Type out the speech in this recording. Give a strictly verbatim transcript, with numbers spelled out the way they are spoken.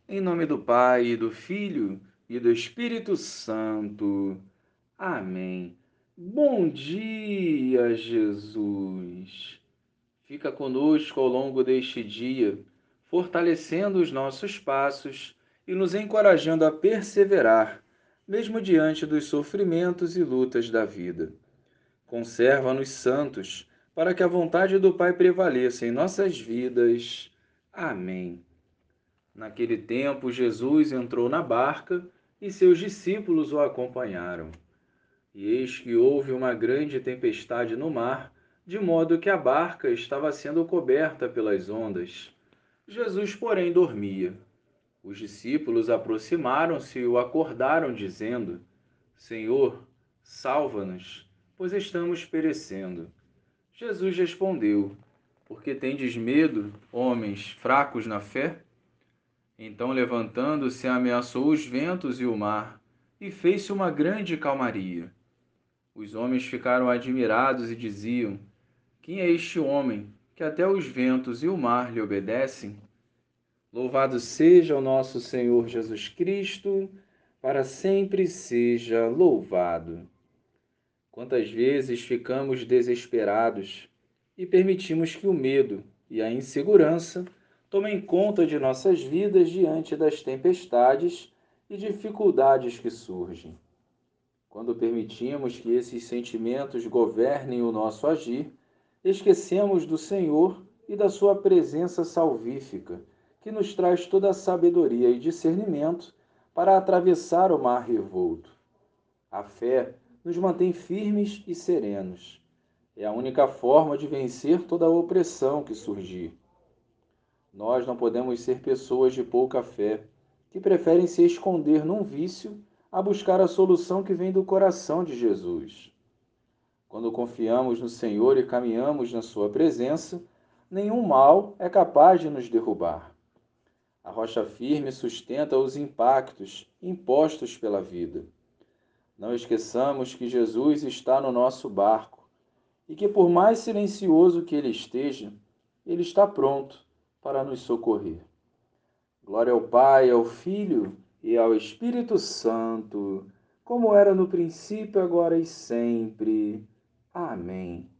Em nome do Pai, e do Filho e do Espírito Santo. Amém. Bom dia, Jesus. Fica conosco ao longo deste dia, fortalecendo os nossos passos e nos encorajando a perseverar, mesmo diante dos sofrimentos e lutas da vida. Conserva-nos santos, para que a vontade do Pai prevaleça em nossas vidas. Amém. Naquele tempo, Jesus entrou na barca e seus discípulos o acompanharam. E eis que houve uma grande tempestade no mar, de modo que a barca estava sendo coberta pelas ondas. Jesus, porém, dormia. Os discípulos aproximaram-se e o acordaram, dizendo: Senhor, salva-nos, pois estamos perecendo. Jesus respondeu: Por que tendes medo, homens fracos na fé? Então, levantando-se, ameaçou os ventos e o mar, e fez-se uma grande calmaria. Os homens ficaram admirados e diziam: Quem é este homem, que até os ventos e o mar lhe obedecem? Louvado seja o nosso Senhor Jesus Cristo, para sempre seja louvado. Quantas vezes ficamos desesperados e permitimos que o medo e a insegurança tomem conta de nossas vidas diante das tempestades e dificuldades que surgem. Quando permitimos que esses sentimentos governem o nosso agir, esquecemos do Senhor e da sua presença salvífica, que nos traz toda a sabedoria e discernimento para atravessar o mar revolto. A fé nos mantém firmes e serenos. É a única forma de vencer toda a opressão que surgir. Nós não podemos ser pessoas de pouca fé, que preferem se esconder num vício a buscar a solução que vem do coração de Jesus. Quando confiamos no Senhor e caminhamos na Sua presença, nenhum mal é capaz de nos derrubar. A rocha firme sustenta os impactos impostos pela vida. Não esqueçamos que Jesus está no nosso barco e que, por mais silencioso que ele esteja, ele está pronto para nos socorrer. Glória ao Pai, ao Filho e ao Espírito Santo, como era no princípio, agora e sempre. Amém.